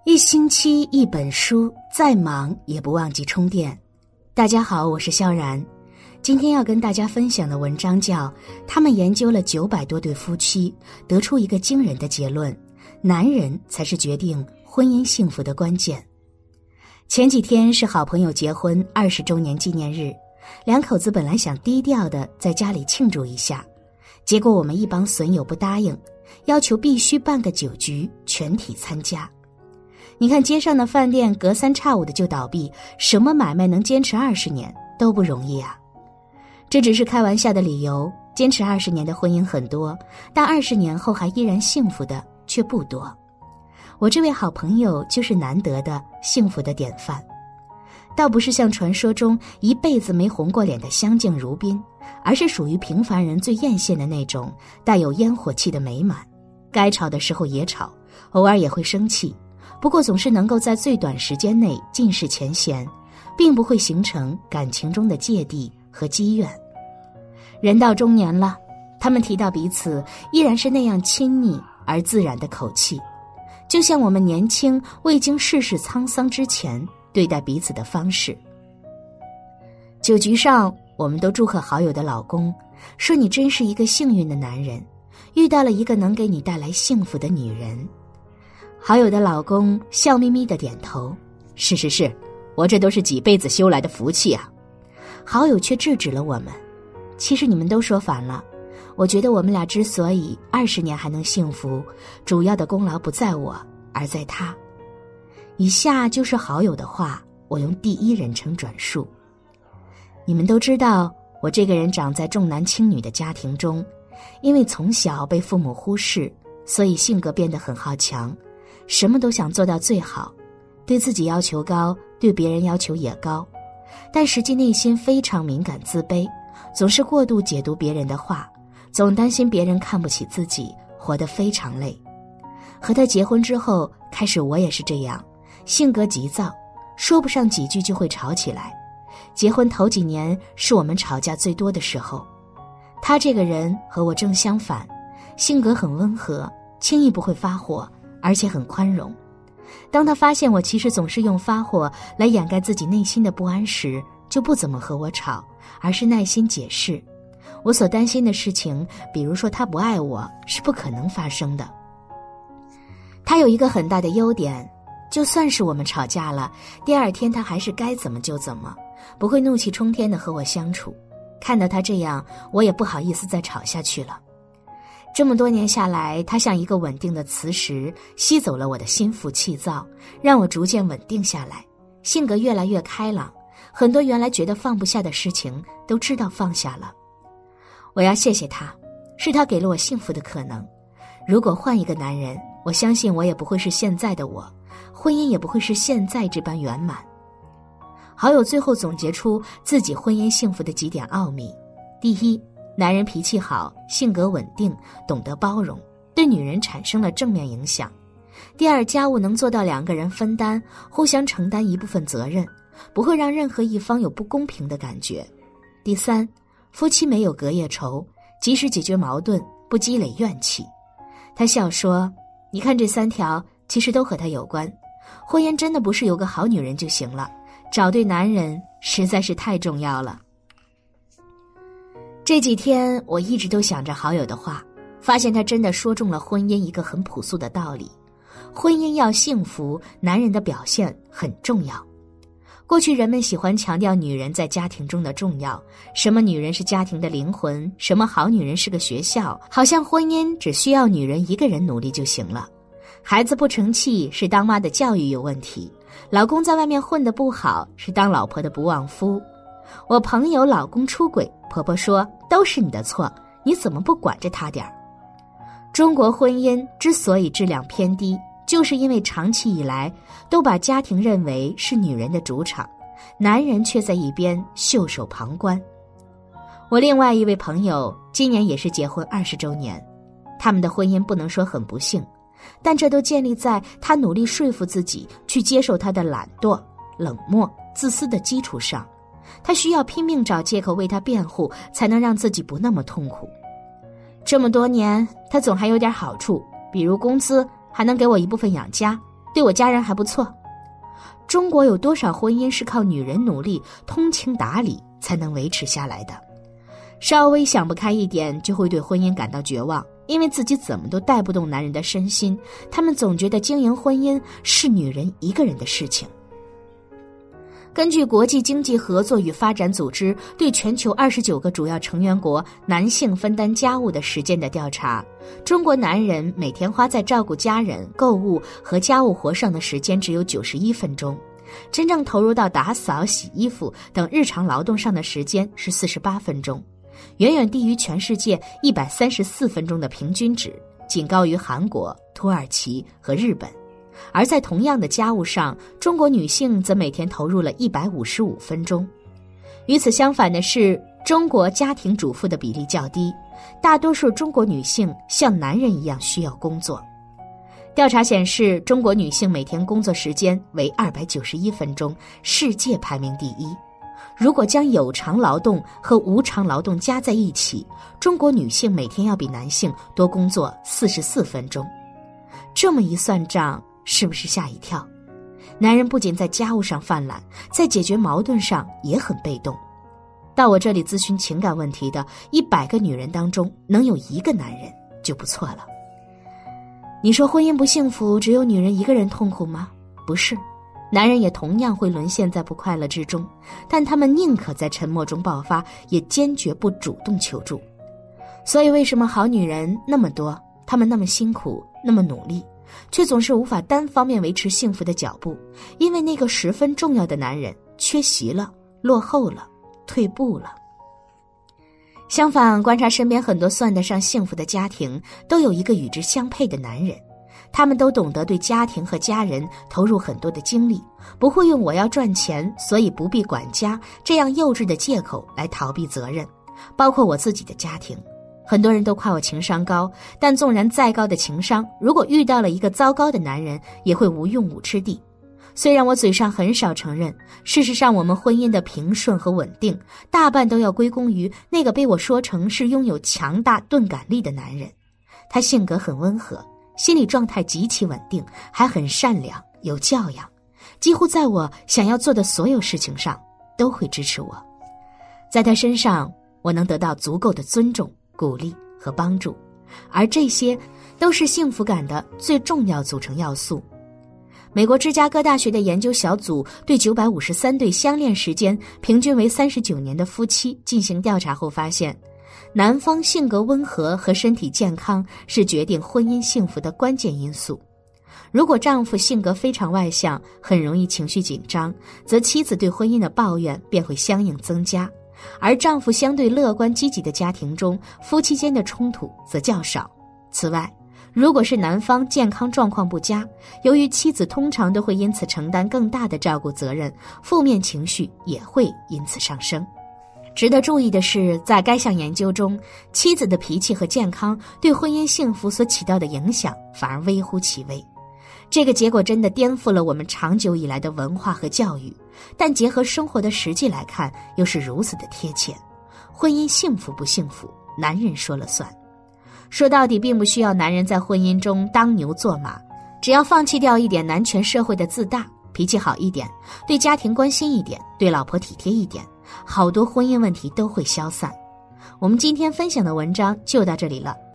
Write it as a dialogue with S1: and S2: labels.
S1: 一星期一本书，再忙也不忘记充电。大家好，我是萧然。今天要跟大家分享的文章叫《他们研究了900多对夫妻，得出一个惊人的结论：男人才是决定婚姻幸福的关键》。前几天是好朋友结婚20周年纪念日，两口子本来想低调的在家里庆祝一下，结果我们一帮损友不答应，要求必须办个酒局，全体参加。你看街上的饭店隔三差五的就倒闭，什么买卖能坚持20年都不容易啊。这只是开玩笑的理由，坚持20年的婚姻很多，但20年后还依然幸福的却不多。我这位好朋友就是难得的幸福的典范，倒不是像传说中一辈子没红过脸的相敬如宾，而是属于平凡人最艳羡的那种带有烟火气的美满。该吵的时候也吵，偶尔也会生气，不过总是能够在最短时间内尽释前嫌，并不会形成感情中的芥蒂和积怨。人到中年了，他们提到彼此依然是那样亲密而自然的口气，就像我们年轻未经世事沧桑之前对待彼此的方式。酒局上，我们都祝贺好友的老公，说你真是一个幸运的男人，遇到了一个能给你带来幸福的女人。好友的老公笑眯眯地点头，是，我这都是几辈子修来的福气啊。好友却制止了我们，其实你们都说反了，我觉得我们俩之所以20年还能幸福，主要的功劳不在我，而在他。以下就是好友的话，我用第一人称转述。你们都知道，我这个人长在重男轻女的家庭中，因为从小被父母忽视，所以性格变得很好强，什么都想做到最好，对自己要求高，对别人要求也高，但实际内心非常敏感自卑，总是过度解读别人的话，总担心别人看不起自己，活得非常累。和他结婚之后，开始我也是这样，性格急躁，说不上几句就会吵起来。结婚头几年是我们吵架最多的时候。他这个人和我正相反，性格很温和，轻易不会发火，而且很宽容。当他发现我其实总是用发火来掩盖自己内心的不安时，就不怎么和我吵，而是耐心解释。我所担心的事情，比如说他不爱我，是不可能发生的。他有一个很大的优点，就算是我们吵架了，第二天他还是该怎么就怎么，不会怒气冲天地和我相处。看到他这样，我也不好意思再吵下去了。这么多年下来，他像一个稳定的磁石，吸走了我的心浮气躁，让我逐渐稳定下来，性格越来越开朗，很多原来觉得放不下的事情都知道放下了。我要谢谢他，是他给了我幸福的可能。如果换一个男人，我相信我也不会是现在的我，婚姻也不会是现在这般圆满。好友最后总结出自己婚姻幸福的几点奥秘：第一，男人脾气好，性格稳定，懂得包容，对女人产生了正面影响。第二，家务能做到2个人分担，互相承担一部分责任，不会让任何一方有不公平的感觉。第三，夫妻没有隔夜仇，及时解决矛盾，不积累怨气。他笑说，你看这3条其实都和他有关，婚姻真的不是有个好女人就行了，找对男人实在是太重要了。这几天我一直都想着好友的话，发现他真的说中了婚姻一个很朴素的道理：婚姻要幸福，男人的表现很重要。过去人们喜欢强调女人在家庭中的重要，什么女人是家庭的灵魂，什么好女人是个学校，好像婚姻只需要女人一个人努力就行了。孩子不成器是当妈的教育有问题，老公在外面混得不好是当老婆的不忘夫。我朋友老公出轨，婆婆说都是你的错，你怎么不管着他点儿？中国婚姻之所以质量偏低，就是因为长期以来都把家庭认为是女人的主场，男人却在一边袖手旁观。我另外一位朋友今年也是结婚20周年，他们的婚姻不能说很不幸，但这都建立在他努力说服自己去接受他的懒惰、冷漠、自私的基础上。他需要拼命找借口为他辩护，才能让自己不那么痛苦。这么多年，他总还有点好处，比如工资还能给我一部分养家， 对我家人还不错。中国有多少婚姻是靠女人努力、通情达理才能维持下来的？稍微想不开一点，就会对婚姻感到绝望，因为自己怎么都带不动男人的身心，他们总觉得经营婚姻是女人一个人的事情。根据国际经济合作与发展组织对全球29个主要成员国男性分担家务的时间的调查，中国男人每天花在照顾家人、购物和家务活上的时间只有91分钟，真正投入到打扫、洗衣服等日常劳动上的时间是48分钟，远远低于全世界134分钟的平均值，仅高于韩国、土耳其和日本。而在同样的家务上，中国女性则每天投入了155分钟。与此相反的是，中国家庭主妇的比例较低，大多数中国女性像男人一样需要工作。调查显示，中国女性每天工作时间为291分钟，世界排名第一。如果将有偿劳动和无偿劳动加在一起，中国女性每天要比男性多工作44分钟。这么一算账，是不是吓一跳？男人不仅在家务上犯懒，在解决矛盾上也很被动。到我这里咨询情感问题的100个女人当中，能有1个男人就不错了。你说婚姻不幸福，只有女人一个人痛苦吗？不是，男人也同样会沦陷在不快乐之中，但他们宁可在沉默中爆发，也坚决不主动求助。所以为什么好女人那么多，她们那么辛苦，那么努力，却总是无法单方面维持幸福的脚步？因为那个十分重要的男人缺席了，落后了，退步了。相反，观察身边很多算得上幸福的家庭，都有一个与之相配的男人，他们都懂得对家庭和家人投入很多的精力，不会用我要赚钱，所以不必管家这样幼稚的借口来逃避责任。包括我自己的家庭，很多人都夸我情商高，但纵然再高的情商，如果遇到了一个糟糕的男人，也会无用武之地。虽然我嘴上很少承认，事实上我们婚姻的平顺和稳定，大半都要归功于那个被我说成是拥有强大钝感力的男人。他性格很温和，心理状态极其稳定，还很善良，有教养，几乎在我想要做的所有事情上都会支持我。在他身上，我能得到足够的尊重、鼓励和帮助，而这些都是幸福感的最重要组成要素。美国芝加哥大学的研究小组对953对相恋时间平均为39年的夫妻进行调查后发现，男方性格温和和身体健康是决定婚姻幸福的关键因素。如果丈夫性格非常外向，很容易情绪紧张，则妻子对婚姻的抱怨便会相应增加。而丈夫相对乐观积极的家庭中，夫妻间的冲突则较少。此外，如果是男方健康状况不佳，由于妻子通常都会因此承担更大的照顾责任，负面情绪也会因此上升。值得注意的是，在该项研究中，妻子的脾气和健康对婚姻幸福所起到的影响反而微乎其微。这个结果真的颠覆了我们长久以来的文化和教育，但结合生活的实际来看，又是如此的贴切。婚姻幸福不幸福，男人说了算。说到底，并不需要男人在婚姻中当牛做马，只要放弃掉一点男权社会的自大，脾气好一点，对家庭关心一点，对老婆体贴一点，好多婚姻问题都会消散。我们今天分享的文章就到这里了。